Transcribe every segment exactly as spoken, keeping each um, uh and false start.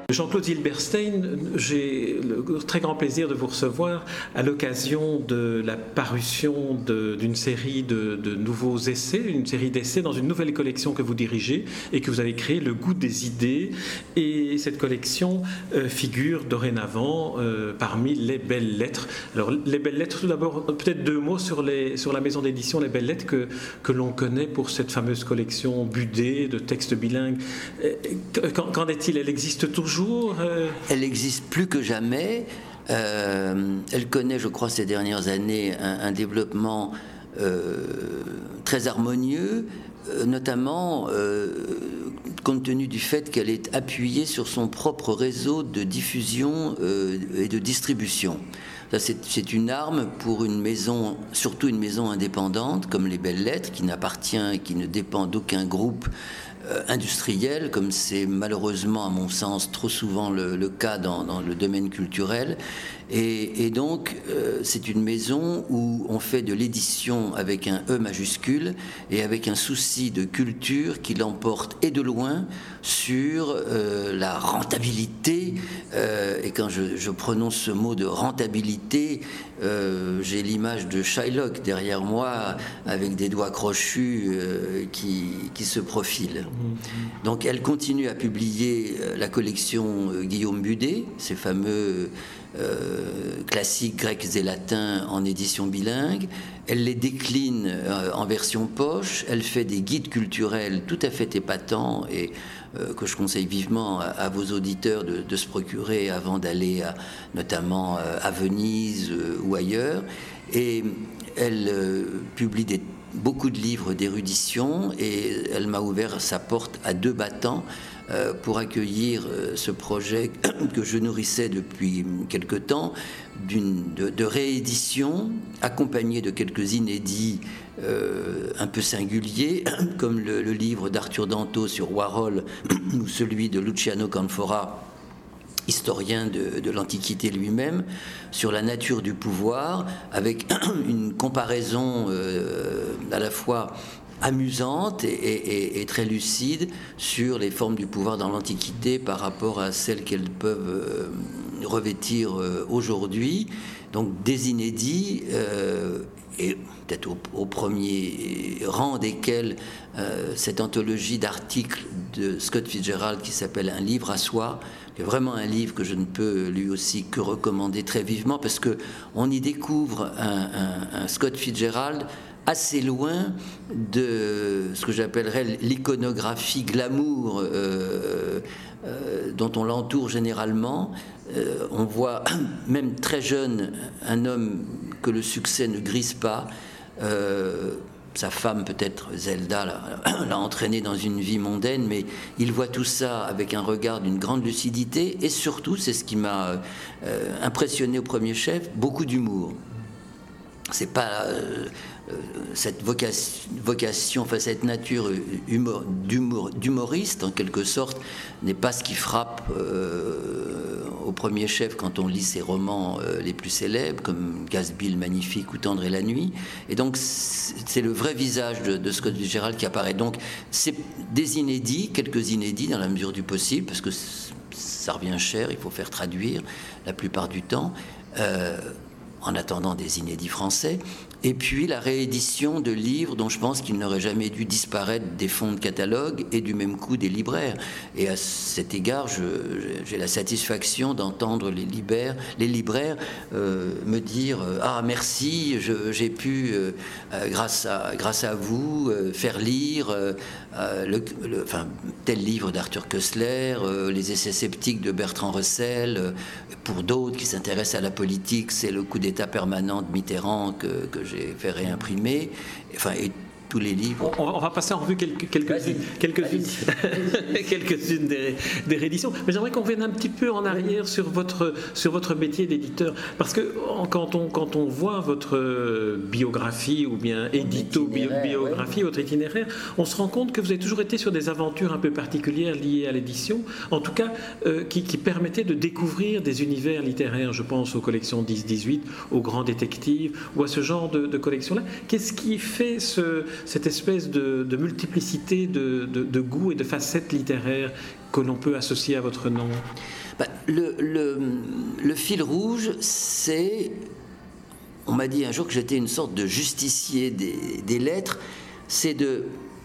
Jean-Claude Zilberstein, j'ai le très grand plaisir de vous recevoir à l'occasion de la parution de, d'une série de, de nouveaux essais, une série d'essais dans une nouvelle collection que vous dirigez et que vous avez créée, Le goût des idées. Et cette collection euh, figure dorénavant euh, parmi les belles lettres. Alors, les belles lettres, tout d'abord, peut-être deux mots sur, les, sur la maison d'édition Les Belles Lettres que, que l'on connaît pour cette fameuse collection Budé de textes bilingues. Qu'en, qu'en est-il? Elle existe toujours? Elle existe plus que jamais. Euh, elle connaît, je crois, ces dernières années un, un développement euh, très harmonieux, euh, notamment euh, compte tenu du fait qu'elle est appuyée sur son propre réseau de diffusion euh, et de distribution. Ça, c'est, c'est une arme pour une maison, surtout une maison indépendante comme les Belles Lettres, qui n'appartient et qui ne dépend d'aucun groupe industriel, comme c'est malheureusement à mon sens trop souvent le, le cas dans, dans le domaine culturel. Et, et donc euh, c'est une maison où on fait de l'édition avec un E majuscule et avec un souci de culture qui l'emporte et de loin sur euh, la rentabilité. Euh, et quand je, je prononce ce mot de rentabilité, euh, j'ai l'image de Shylock derrière moi avec des doigts crochus euh, qui, qui se profilent. Donc elle continue à publier la collection Guillaume Budé, ces fameux euh, classiques grecs et latins en édition bilingue. Elle les décline euh, en version poche. Elle fait des guides culturels tout à fait épatants et euh, que je conseille vivement à, à vos auditeurs de, de se procurer avant d'aller à, notamment euh, à Venise euh, ou ailleurs. Et elle euh, publie des beaucoup de livres d'érudition et elle m'a ouvert sa porte à deux battants euh, pour accueillir euh, ce projet que je nourrissais depuis quelque temps d'une, de, de réédition accompagné de quelques inédits euh, un peu singuliers comme le, le livre d'Arthur Danto sur Warhol ou celui de Luciano Canfora, historien de, de l'Antiquité lui-même, sur la nature du pouvoir, avec une comparaison euh, à la fois amusante et, et, et très lucide sur les formes du pouvoir dans l'Antiquité par rapport à celles qu'elles peuvent euh, revêtir euh, aujourd'hui. Donc des inédits, euh, et peut-être au, au premier rang desquels euh, cette anthologie d'articles de Scott Fitzgerald qui s'appelle Un livre à soi, qui est vraiment un livre que je ne peux lui aussi que recommander très vivement parce qu'on y découvre un, un, un Scott Fitzgerald assez loin de ce que j'appellerais l'iconographie glamour euh, euh, dont on l'entoure généralement. Euh, on voit même très jeune un homme que le succès ne grise pas. Euh, sa femme, peut-être Zelda, l'a, l'a entraîné dans une vie mondaine, mais il voit tout ça avec un regard d'une grande lucidité et surtout, c'est ce qui m'a euh, impressionné au premier chef, beaucoup d'humour. C'est pas euh, cette vocation, vocation, enfin cette nature humor, d'humor, d'humoriste en quelque sorte n'est pas ce qui frappe euh, au premier chef quand on lit ses romans euh, les plus célèbres comme Gatsby le Magnifique ou Tendre est la nuit. Et donc c'est le vrai visage de, de Scott Fitzgerald qui apparaît. Donc c'est des inédits, quelques inédits dans la mesure du possible parce que ça revient cher, il faut faire traduire la plupart du temps. Euh, en attendant des inédits français, et puis la réédition de livres dont je pense qu'ils n'auraient jamais dû disparaître des fonds de catalogue et du même coup des libraires. Et à cet égard, je, j'ai la satisfaction d'entendre les libraires, les libraires euh, me dire euh, « Ah, merci, je, j'ai pu, euh, grâce, à, grâce à vous, euh, faire lire euh, le, le, enfin, tel livre d'Arthur Koestler, euh, les essais sceptiques de Bertrand Russell, euh, pour d'autres qui s'intéressent à la politique, c'est le coup d'état permanent de Mitterrand que, que j'ai fait réimprimer, enfin, et tous les livres. On, on va passer en revue quelques, quelques-unes, quelques-unes, quelques-unes des, des rééditions. Mais j'aimerais qu'on vienne un petit peu en arrière sur votre, sur votre métier d'éditeur. Parce que quand on, quand on voit votre biographie ou bien édito-biographie, votre itinéraire, on se rend compte que vous avez toujours été sur des aventures un peu particulières liées à l'édition, en tout cas euh, qui, qui permettaient de découvrir des univers littéraires. Je pense aux collections dix dix-huit, aux grands détectives ou à ce genre de, de collections-là. Qu'est-ce qui fait ce... cette espèce de, de multiplicité de, de, de goûts et de facettes littéraires que l'on peut associer à votre nom? Bah, le, le, le fil rouge, c'est... On m'a dit un jour que j'étais une sorte de justicier des, des lettres, c'est de,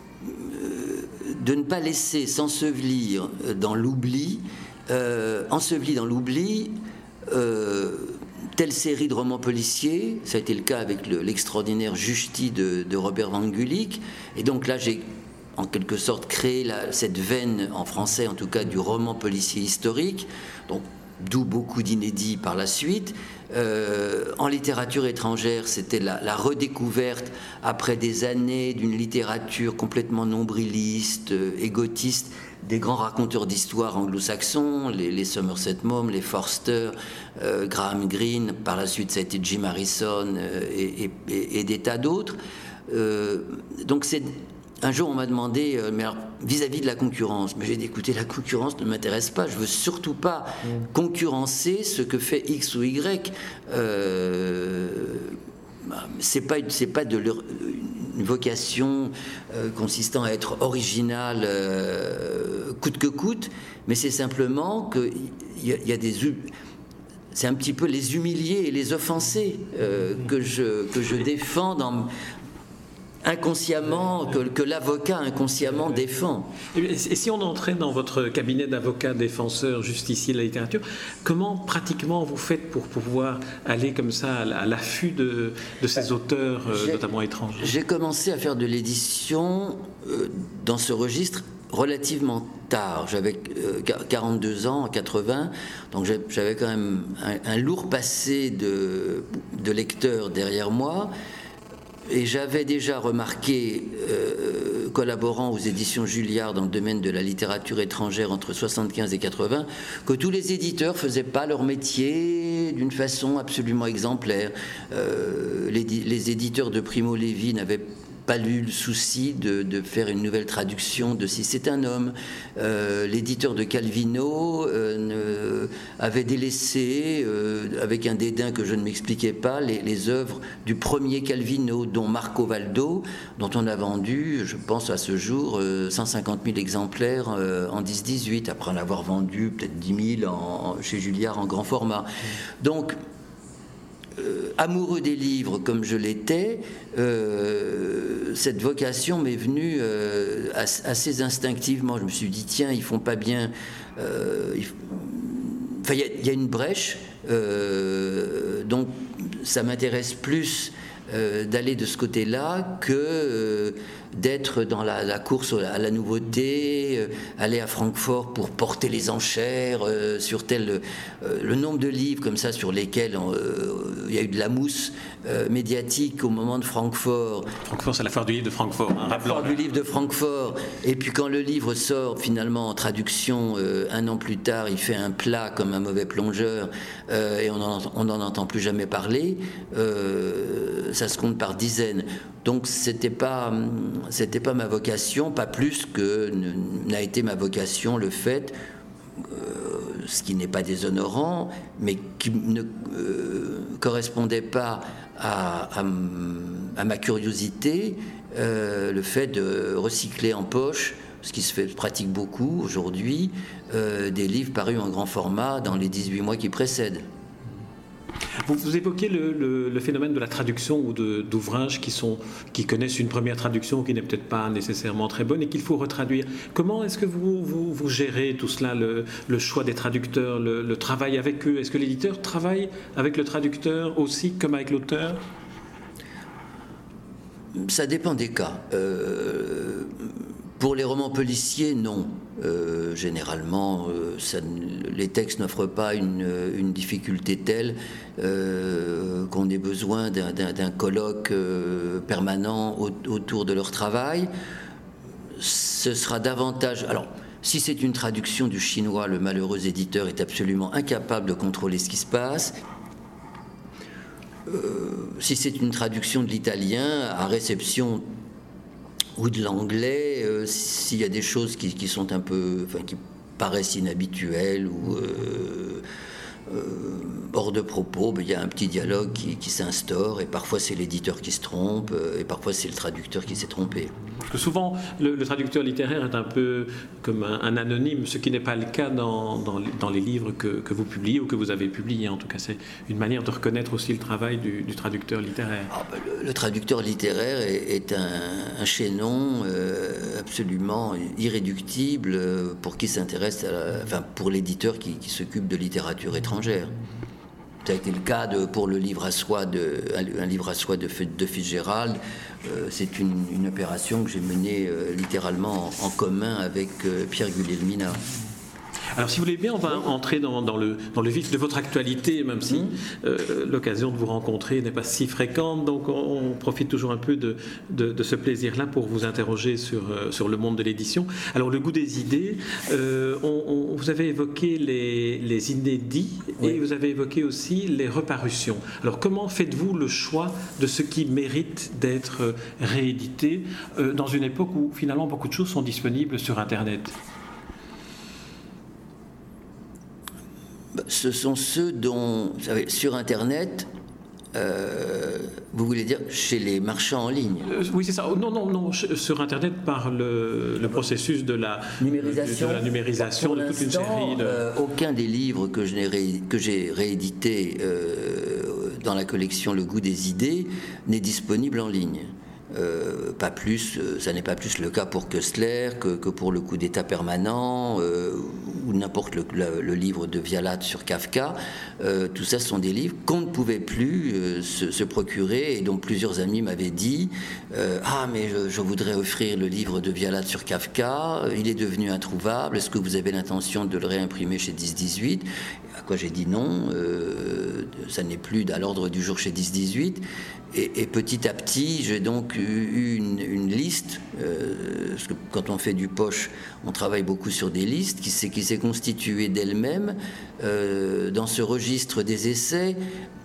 de ne pas laisser s'ensevelir dans l'oubli, euh, enseveli dans l'oubli, euh, telle série de romans policiers. Ça a été le cas avec le, l'extraordinaire Justi de, de Robert Van Gulik. Et donc là, j'ai en quelque sorte créé la, cette veine, en français en tout cas, du roman policier historique. Donc, d'où beaucoup d'inédits par la suite. Euh, en littérature étrangère, c'était la, la redécouverte, après des années d'une littérature complètement nombriliste, euh, égotiste, des grands raconteurs d'histoire anglo-saxons, les, les Somerset Maugham, les Forster, euh, Graham Greene, par la suite ça a été Jim Harrison euh, et, et, et des tas d'autres. Euh, donc c'est... Un jour, on m'a demandé, euh, mais alors, vis-à-vis de la concurrence, mais j'ai dit, écoutez, la concurrence ne m'intéresse pas, je veux surtout pas mmh. concurrencer ce que fait X ou Y. Euh, c'est pas, c'est pas de leur, une vocation euh, consistant à être original euh, coûte que coûte, mais c'est simplement qu'il y, y a des... C'est un petit peu les humilier et les offenser euh, que, je, que je défends dans... inconsciemment, que, que l'avocat inconsciemment défend. Et si on entrait dans votre cabinet d'avocat, défenseur, justicier de la littérature, comment pratiquement vous faites pour pouvoir aller comme ça à l'affût de, de ces auteurs, euh, notamment étrangers? J'ai commencé à faire de l'édition euh, dans ce registre relativement tard. J'avais euh, quarante-deux ans en quatre-vingts, donc j'avais quand même un, un lourd passé de, de lecteur derrière moi. Et j'avais déjà remarqué, euh, collaborant aux éditions Julliard dans le domaine de la littérature étrangère entre soixante-quinze et quatre-vingts, que tous les éditeurs faisaient pas leur métier d'une façon absolument exemplaire. Euh, les, les éditeurs de Primo Levi n'avaient pas eu le souci de, de faire une nouvelle traduction de Si c'est un homme. Euh, l'éditeur de Calvino euh, ne, avait délaissé, euh, avec un dédain que je ne m'expliquais pas, les, les œuvres du premier Calvino, dont Marco Valdo, dont on a vendu, je pense à ce jour, euh, cent cinquante mille exemplaires euh, en dix dix-huit, après en avoir vendu peut-être dix mille en, chez Julliard en grand format. Donc, Euh, amoureux des livres comme je l'étais, euh, cette vocation m'est venue euh, assez instinctivement. Je me suis dit, tiens, ils font pas bien. Euh, il enfin, y, y a une brèche, euh, donc ça m'intéresse plus euh, d'aller de ce côté-là que euh, d'être dans la, la course à la nouveauté, euh, aller à Francfort pour porter les enchères euh, sur tel euh, le nombre de livres comme ça sur lesquels euh, il y a eu de la mousse euh, médiatique au moment de Francfort. Francfort, c'est la foire du livre de Francfort. Hein, la foire du livre de Francfort. Et puis quand le livre sort finalement en traduction euh, un an plus tard, il fait un plat comme un mauvais plongeur euh, et on n'en entend plus jamais parler. Euh, ça se compte par dizaines. Donc c'était pas c'était pas ma vocation, pas plus que n'a été ma vocation le fait, euh, ce qui n'est pas déshonorant, mais qui ne euh, correspondait pas à, à, à ma curiosité, euh, le fait de recycler en poche, ce qui se fait pratique beaucoup aujourd'hui, euh, des livres parus en grand format dans les dix-huit mois qui précèdent. Vous, vous évoquez le, le, le phénomène de la traduction ou d'ouvrages qui, sont, qui connaissent une première traduction qui n'est peut-être pas nécessairement très bonne et qu'il faut retraduire. Comment est-ce que vous, vous, vous gérez tout cela, le, le choix des traducteurs, le, le travail avec eux? Est-ce que l'éditeur travaille avec le traducteur aussi comme avec l'auteur? Ça dépend des cas. Euh, pour les romans policiers, non. Euh, généralement, euh, ça, les textes n'offrent pas une, une difficulté telle euh, qu'on ait besoin d'un, d'un, d'un colloque euh, permanent au, autour de leur travail. Ce sera davantage... Alors, si c'est une traduction du chinois, le malheureux éditeur est absolument incapable de contrôler ce qui se passe. Euh, si c'est une traduction de l'italien, à réception ou de l'anglais, euh, s'il y a des choses qui, qui sont un peu, enfin, qui paraissent inhabituelles ou euh, euh, hors de propos, il y a un petit dialogue qui, qui s'instaure, et parfois c'est l'éditeur qui se trompe, et parfois c'est le traducteur qui s'est trompé. Parce que souvent, le, le traducteur littéraire est un peu comme un, un anonyme, ce qui n'est pas le cas dans, dans, dans les livres que, que vous publiez ou que vous avez publiés. En tout cas, c'est une manière de reconnaître aussi le travail du, du traducteur littéraire. Ah ben le, le traducteur littéraire est, est un, un chaînon euh, absolument irréductible pour qui s'intéresse, à la, enfin pour l'éditeur qui, qui s'occupe de littérature étrangère. Ça a été le cas de, pour le livre à soi de, un, un livre à soi de, de Fitzgerald. Euh, c'est une, une opération que j'ai menée euh, littéralement en, en commun avec euh, Pierre Guilhelmina. Alors, si vous voulez bien, on va entrer dans, dans, le, dans le vif de votre actualité, même si euh, l'occasion de vous rencontrer n'est pas si fréquente. Donc, on, on profite toujours un peu de, de, de ce plaisir-là pour vous interroger sur, euh, sur le monde de l'édition. Alors, le goût des idées, euh, on, on, vous avez évoqué les, les inédits et oui. Vous avez évoqué aussi les reparutions. Alors, comment faites-vous le choix de ce qui mérite d'être réédité euh, dans une époque où, finalement, beaucoup de choses sont disponibles sur Internet ? Ce sont ceux dont, vous savez, sur Internet, euh, vous voulez dire chez les marchands en ligne euh, Oui, c'est ça. Non, non, non. Sur Internet, par le, le processus de la numérisation, de, la numérisation de toute une série de... Euh, aucun des livres que, je n'ai ré, que j'ai réédités euh, dans la collection Le Goût des idées n'est disponible en ligne. Euh, pas plus, euh, ça n'est pas plus le cas pour Koestler que, que pour Le Coup d'État permanent euh, ou n'importe le, le, le livre de Vialat sur Kafka. Euh, tout ça sont des livres qu'on ne pouvait plus euh, se, se procurer et dont plusieurs amis m'avaient dit euh, ah mais je, je voudrais offrir le livre de Vialat sur Kafka, il est devenu introuvable, est-ce que vous avez l'intention de le réimprimer chez dix dix-huit? À quoi j'ai dit non, euh, ça n'est plus à l'ordre du jour chez dix dix-huit. Et, et petit à petit, j'ai donc eu une, une liste, euh, parce que quand on fait du poche, on travaille beaucoup sur des listes, qui s'est, qui s'est constituée d'elle-même euh, dans ce registre des essais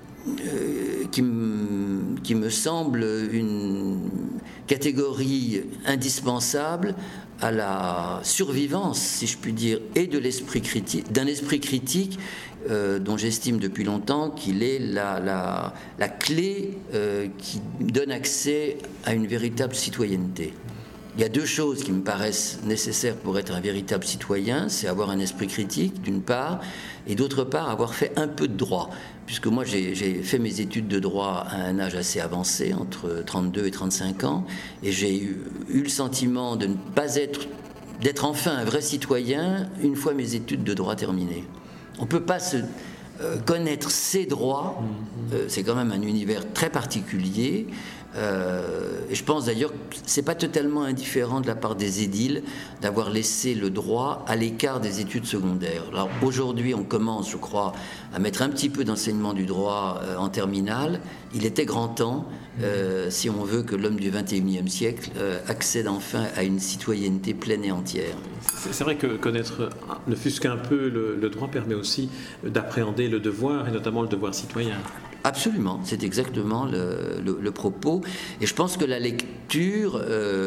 euh, qui, m, qui me semble une catégorie indispensable à la survivance, si je puis dire, et de l'esprit critique, d'un esprit critique euh, dont j'estime depuis longtemps qu'il est la, la, la clé euh, qui donne accès à une véritable citoyenneté. Il y a deux choses qui me paraissent nécessaires pour être un véritable citoyen, c'est avoir un esprit critique, d'une part, et d'autre part, avoir fait un peu de droit. Puisque moi, j'ai, j'ai fait mes études de droit à un âge assez avancé, entre trente-deux et trente-cinq ans, et j'ai eu, eu le sentiment de ne pas être, d'être enfin un vrai citoyen une fois mes études de droit terminées. On ne peut pas se euh, connaître ses droits, euh, c'est quand même un univers très particulier. Euh, et je pense d'ailleurs que ce n'est pas totalement indifférent de la part des édiles d'avoir laissé le droit à l'écart des études secondaires. Alors aujourd'hui, on commence, je crois, à mettre un petit peu d'enseignement du droit euh, en terminale. Il était grand temps, euh, si on veut que l'homme du vingt et unième siècle euh, accède enfin à une citoyenneté pleine et entière. C'est, c'est vrai que connaître ne fût-ce qu'un peu le, le droit permet aussi d'appréhender le devoir, et notamment le devoir citoyen. Absolument, c'est exactement le, le, le propos. Et je pense que la lecture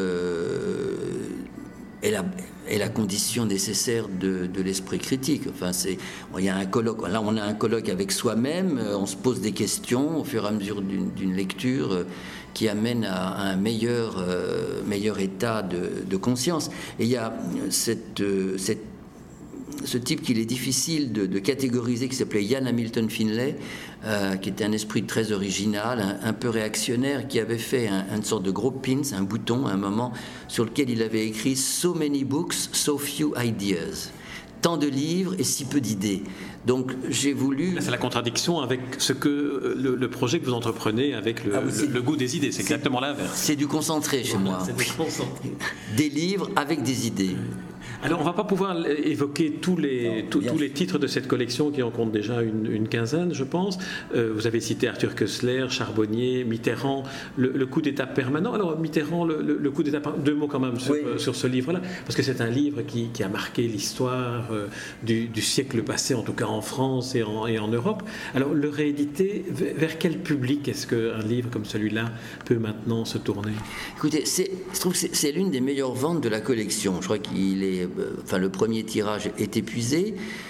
euh, est, la, est la condition nécessaire de, de l'esprit critique. Enfin, c'est, il y a un colloque, là on a un colloque avec soi-même, on se pose des questions au fur et à mesure d'une, d'une lecture qui amène à, à un meilleur, euh, meilleur état de, de conscience. Et il y a cette, cette ce type qu'il est difficile de, de catégoriser, qui s'appelait Ian Hamilton Finlay, euh, qui était un esprit très original, un, un peu réactionnaire, qui avait fait un, une sorte de gros pins, un bouton à un moment, sur lequel il avait écrit « So many books, so few ideas ». Tant de livres et si peu d'idées. Donc j'ai voulu... C'est la contradiction avec ce que le, le projet que vous entreprenez avec le, ah oui, le, le goût des idées. C'est, c'est exactement l'inverse. C'est du concentré chez moi. C'est du concentré. Des livres avec des idées. Alors, on ne va pas pouvoir évoquer tous les, non, tous, tous les titres de cette collection qui en compte déjà une, une quinzaine, je pense. Euh, vous avez cité Arthur Koestler, Charbonnier, Mitterrand, le, le coup d'État permanent. Alors, Mitterrand, le, le, le coup d'État permanent, deux mots quand même sur, oui. euh, sur ce livre-là, parce que c'est un livre qui, qui a marqué l'histoire euh, du, du siècle passé, en tout cas en France et en, et en Europe. Alors, le rééditer, vers quel public est-ce qu'un livre comme celui-là peut maintenant se tourner? Écoutez, c'est, je trouve que c'est, c'est l'une des meilleures ventes de la collection. Je crois qu'il est... Enfin, le premier tirage est épuisé.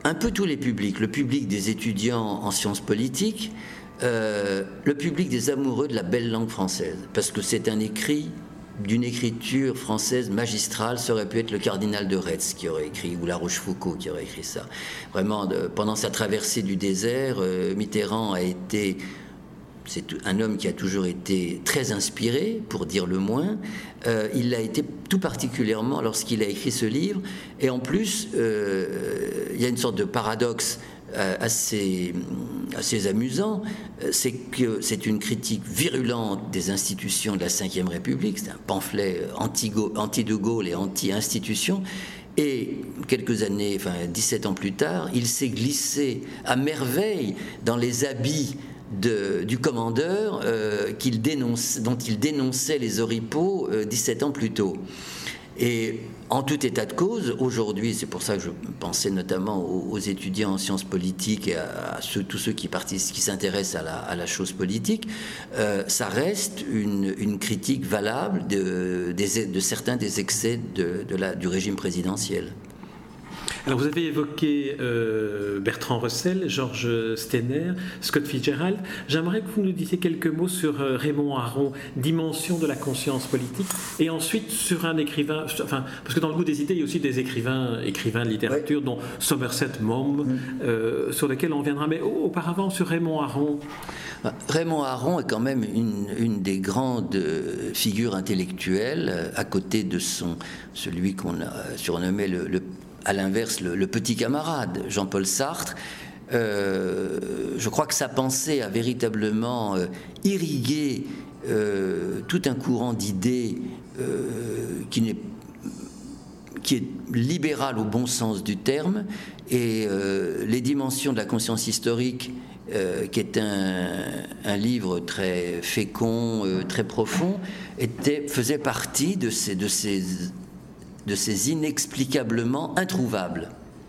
un peu tous les publics, le public des étudiants en sciences politiques, euh, le public des amoureux de la belle langue française, parce que c'est un écrit d'une écriture française magistrale. Ça aurait pu être le cardinal de Retz qui aurait écrit, ou La Rochefoucauld qui aurait écrit ça. Vraiment, de, pendant sa traversée du désert, euh, Mitterrand a été... C'est un homme qui a toujours été très inspiré, pour dire le moins. Euh, il l'a été tout particulièrement lorsqu'il a écrit ce livre. Et en plus, euh, il y a une sorte de paradoxe assez, assez amusant, c'est que c'est une critique virulente des institutions de la cinquième République. C'est un pamphlet anti-De Gaulle et anti-institution. Et quelques années, enfin dix-sept ans plus tard, il s'est glissé à merveille dans les habits de, du commandeur euh, qu'il dénonce, dont il dénonçait les oripeaux euh, dix-sept ans plus tôt. Et en tout état de cause, aujourd'hui, c'est pour ça que je pensais notamment aux, aux étudiants en sciences politiques et à, à ceux, tous ceux qui, qui s'intéressent à la, à la chose politique, euh, ça reste une, une critique valable de, de, de certains des excès de, de la, du régime présidentiel. Alors vous avez évoqué euh, Bertrand Russell, Georges Steiner, Scott Fitzgerald. J'aimerais que vous nous disiez quelques mots sur euh, Raymond Aron, Dimension de la conscience politique, et ensuite sur un écrivain, enfin, parce que dans le goût des idées, il y a aussi des écrivains, écrivains de littérature, oui, dont Somerset Maugham, mmh. euh, sur lesquels on reviendra. Mais auparavant, sur Raymond Aron. Raymond Aron est quand même une, une des grandes figures intellectuelles, à côté de son, celui qu'on a surnommé le, le à l'inverse, le, le petit camarade, Jean-Paul Sartre. Euh, je crois que sa pensée a véritablement euh, irrigué euh, tout un courant d'idées euh, qui, n'est, qui est libéral au bon sens du terme, et euh, les dimensions de la conscience historique, euh, qui est un, un livre très fécond, euh, très profond, était, faisait partie de ces... De ces de ces inexplicablement introuvables.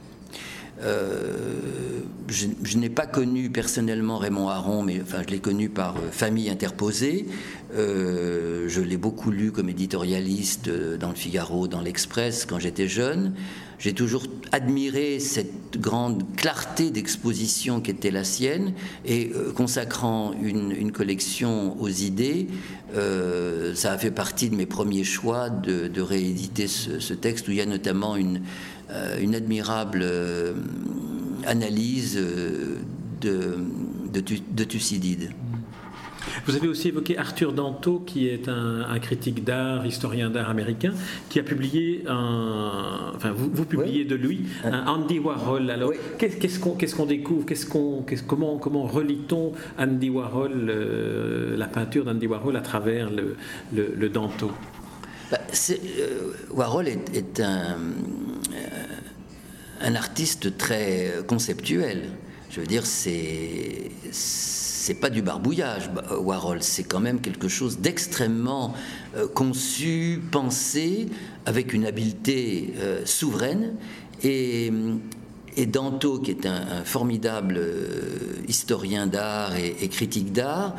Euh, je, je n'ai pas connu personnellement Raymond Aron, mais enfin, je l'ai connu par euh, famille interposée. Euh, je l'ai beaucoup lu comme éditorialiste euh, dans le Figaro, dans l'Express, quand j'étais jeune. J'ai toujours admiré cette grande clarté d'exposition qui était la sienne, et euh, consacrant une, une collection aux idées, euh, ça a fait partie de mes premiers choix de, de rééditer ce, ce texte, où il y a notamment une, euh, une admirable euh, analyse euh, de, de, de Thucydide. Vous avez aussi évoqué Arthur Danto, qui est un, un critique d'art, historien d'art américain, qui a publié un... Enfin, vous, vous publiez oui. de lui, un Andy Warhol. Alors, oui. qu'est-ce, qu'est-ce, qu'on, qu'est-ce qu'on découvre qu'est-ce qu'on, qu'est-ce, comment, comment relit-on Andy Warhol, euh, la peinture d'Andy Warhol à travers le, le, le Danto? bah, c'est, euh, Warhol est, est un, euh, un artiste très conceptuel. Je veux dire, c'est... c'est pas du barbouillage, Warhol, c'est quand même quelque chose d'extrêmement euh, conçu, pensé, avec une habileté euh, souveraine. Et, et Danto, qui est un, un formidable euh, historien d'art et, et critique d'art,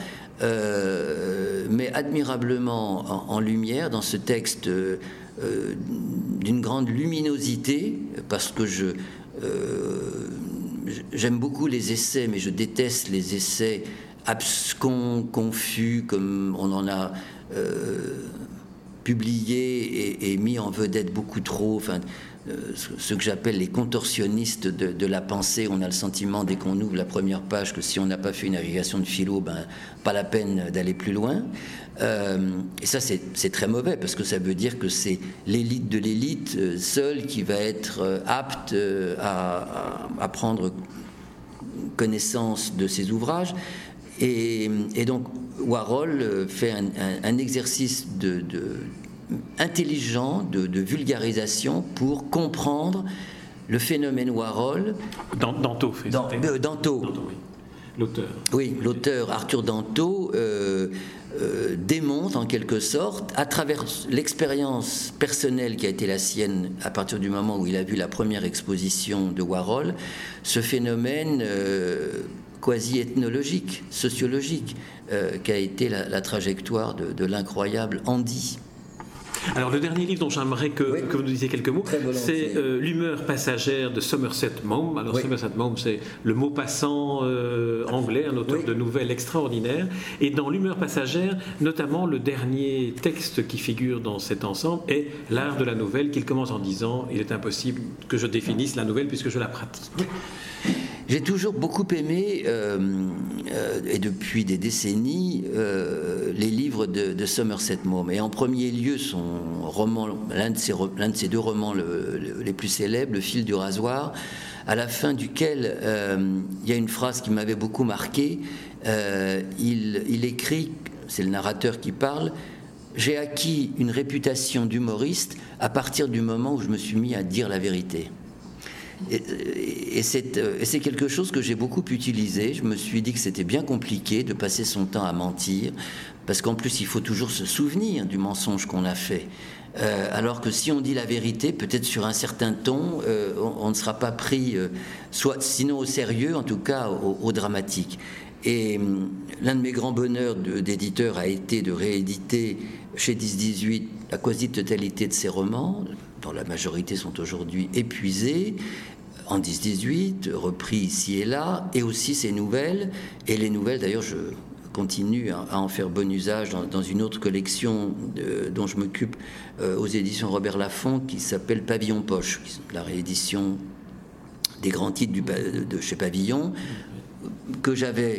euh, met admirablement en, en lumière dans ce texte euh, d'une grande luminosité, parce que je... Euh, J'aime beaucoup les essais, mais je déteste les essais abscons, confus, comme on en a euh, publié et, et mis en vedette beaucoup trop. Enfin, euh, ce que j'appelle les contorsionnistes de, de la pensée. On a le sentiment, dès qu'on ouvre la première page, que si on n'a pas fait une agrégation de philo, ben, pas la peine d'aller plus loin. Euh, et ça, c'est, c'est très mauvais, parce que ça veut dire que c'est l'élite de l'élite euh, seule qui va être euh, apte euh, à, à, à prendre connaissance de ces ouvrages. Et, et donc, Warhol fait un, un, un exercice de, de, intelligent de, de vulgarisation pour comprendre le phénomène Warhol. Danto, fait Dans, euh, Danto. Danto, oui. L'auteur. Oui, l'auteur Arthur Danto euh, euh, démontre en quelque sorte, à travers l'expérience personnelle qui a été la sienne à partir du moment où il a vu la première exposition de Warhol, ce phénomène euh, quasi-ethnologique, sociologique, euh, qu'a été la, la trajectoire de, de l'incroyable Andy. Alors le dernier livre dont j'aimerais que, oui. que vous nous disiez quelques mots, c'est euh, L'humeur passagère de Somerset Maugham. Alors oui. Somerset Maugham, c'est le mot passant euh, anglais, un auteur oui. de nouvelles extraordinaires. Et dans L'humeur passagère, notamment le dernier texte qui figure dans cet ensemble est L'art de la nouvelle, qu'il commence en disant « Il est impossible que je définisse la nouvelle puisque je la pratique ». J'ai toujours beaucoup aimé, euh, euh, et depuis des décennies, euh, les livres de, de Somerset Maugham. Et en premier lieu, son roman, l'un de ses, l'un de ses deux romans le, le, les plus célèbres, Le fil du rasoir, à la fin duquel euh, il y a une phrase qui m'avait beaucoup marqué. Euh, il, il écrit, c'est le narrateur qui parle, « J'ai acquis une réputation d'humoriste à partir du moment où je me suis mis à dire la vérité ». Et, et, c'est, et c'est quelque chose que j'ai beaucoup utilisé. Je me suis dit que c'était bien compliqué de passer son temps à mentir, parce qu'en plus il faut toujours se souvenir du mensonge qu'on a fait. Euh, alors que si on dit la vérité, peut-être sur un certain ton, euh, on, on ne sera pas pris, euh, soit, sinon au sérieux, en tout cas au, au dramatique. Et euh, l'un de mes grands bonheurs de, d'éditeur a été de rééditer chez dix dix-huit la quasi-totalité de ses romans, dont la majorité sont aujourd'hui épuisés, en dix dix-huit, repris ici et là, et aussi ses nouvelles. Et les nouvelles, d'ailleurs, je continue à en faire bon usage dans, dans une autre collection de, dont je m'occupe euh, aux éditions Robert Laffont, qui s'appelle Pavillon Poche, qui sont la réédition des grands titres du, de chez Pavillon, que j'avais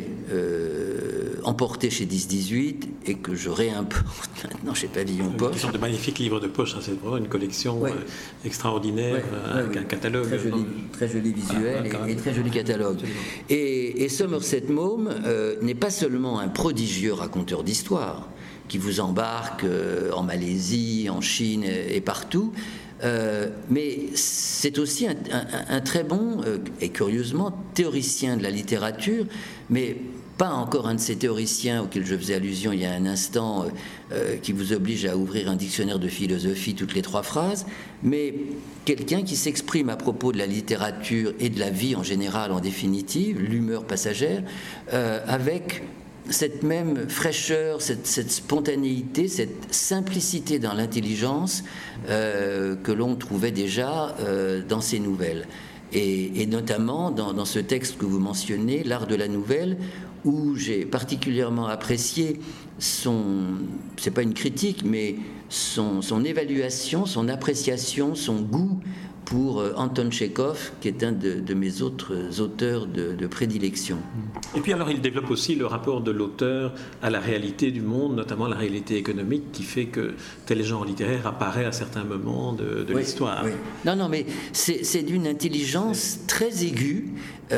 euh, emporté chez dix dix-huit et que je réimporte maintenant chez Pavillon Poche. Ce sont de magnifiques livres de poche, hein, c'est vraiment une collection ouais. euh, extraordinaire, ouais, euh, avec ouais, un catalogue. Très joli, très joli visuel ah, et, et très joli catalogue. Et, et Somerset Maugham euh, n'est pas seulement un prodigieux raconteur d'histoire qui vous embarque euh, en Malaisie, en Chine et, et partout, Euh, mais c'est aussi un, un, un très bon euh, et curieusement théoricien de la littérature, mais pas encore un de ces théoriciens auxquels je faisais allusion il y a un instant, euh, euh, qui vous oblige à ouvrir un dictionnaire de philosophie toutes les trois phrases, mais quelqu'un qui s'exprime à propos de la littérature et de la vie en général, en définitive, l'humeur passagère, euh, avec cette même fraîcheur, cette, cette spontanéité, cette simplicité dans l'intelligence euh, que l'on trouvait déjà euh, dans ses nouvelles. Et, et notamment dans, dans ce texte que vous mentionnez, L'art de la nouvelle, où j'ai particulièrement apprécié son, c'est pas une critique, mais son, son évaluation, son appréciation, son goût pour Anton Tchekhov, qui est un de, de mes autres auteurs de, de prédilection. Et puis alors il développe aussi le rapport de l'auteur à la réalité du monde, notamment la réalité économique, qui fait que tel genre littéraire apparaît à certains moments de, de oui, l'histoire. Oui. Non, non, mais c'est, c'est d'une intelligence très aiguë,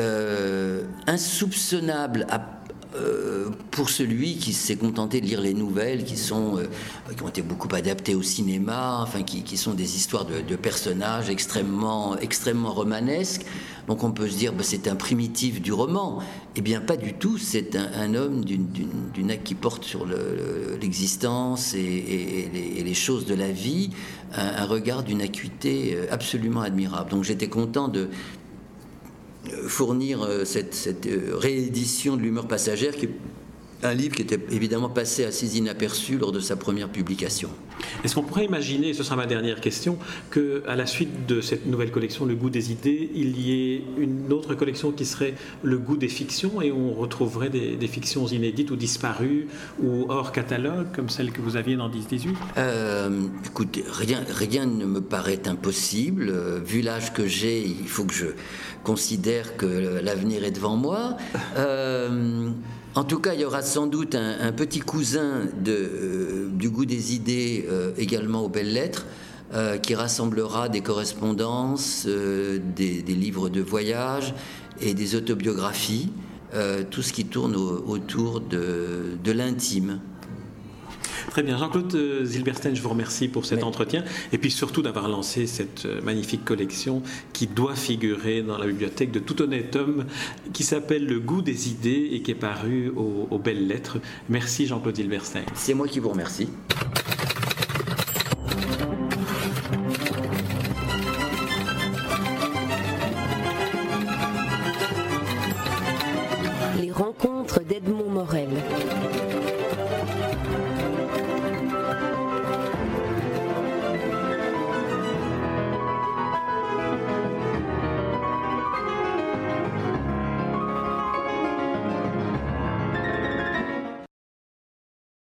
euh, insoupçonnable à Euh, pour celui qui s'est contenté de lire les nouvelles qui, sont, euh, qui ont été beaucoup adaptées au cinéma, enfin, qui, qui sont des histoires de, de personnages extrêmement, extrêmement romanesques. Donc on peut se dire, bah, c'est un primitif du roman. Eh bien, pas du tout. C'est un, un homme d'une, d'une, d'une qui porte sur le, l'existence et, et, et, les, et les choses de la vie un, un regard d'une acuité absolument admirable. Donc j'étais content de fournir cette, cette réédition de l'humeur passagère, qui est un livre qui était évidemment passé assez inaperçu lors de sa première publication. Est-ce qu'on pourrait imaginer, et ce sera ma dernière question, qu'à la suite de cette nouvelle collection, Le goût des idées, il y ait une autre collection qui serait Le goût des fictions, et on retrouverait des, des fictions inédites ou disparues ou hors catalogue, comme celle que vous aviez dans dix dix-huit? euh, Écoutez, rien, rien ne me paraît impossible. Euh, vu l'âge que j'ai, il faut que je considère que l'avenir est devant moi. Euh, En tout cas, il y aura sans doute un, un petit cousin de, euh, du goût des idées euh, également aux belles lettres, euh, qui rassemblera des correspondances, euh, des, des livres de voyage et des autobiographies, euh, tout ce qui tourne au, autour de, de l'intime. Très bien. Jean-Claude Zilberstein, je vous remercie pour cet Mais... entretien et puis surtout d'avoir lancé cette magnifique collection qui doit figurer dans la bibliothèque de tout honnête homme, qui s'appelle Le goût des idées et qui est paru aux, aux belles lettres. Merci Jean-Claude Zilberstein. C'est moi qui vous remercie. Les rencontres d'Edmond Morel.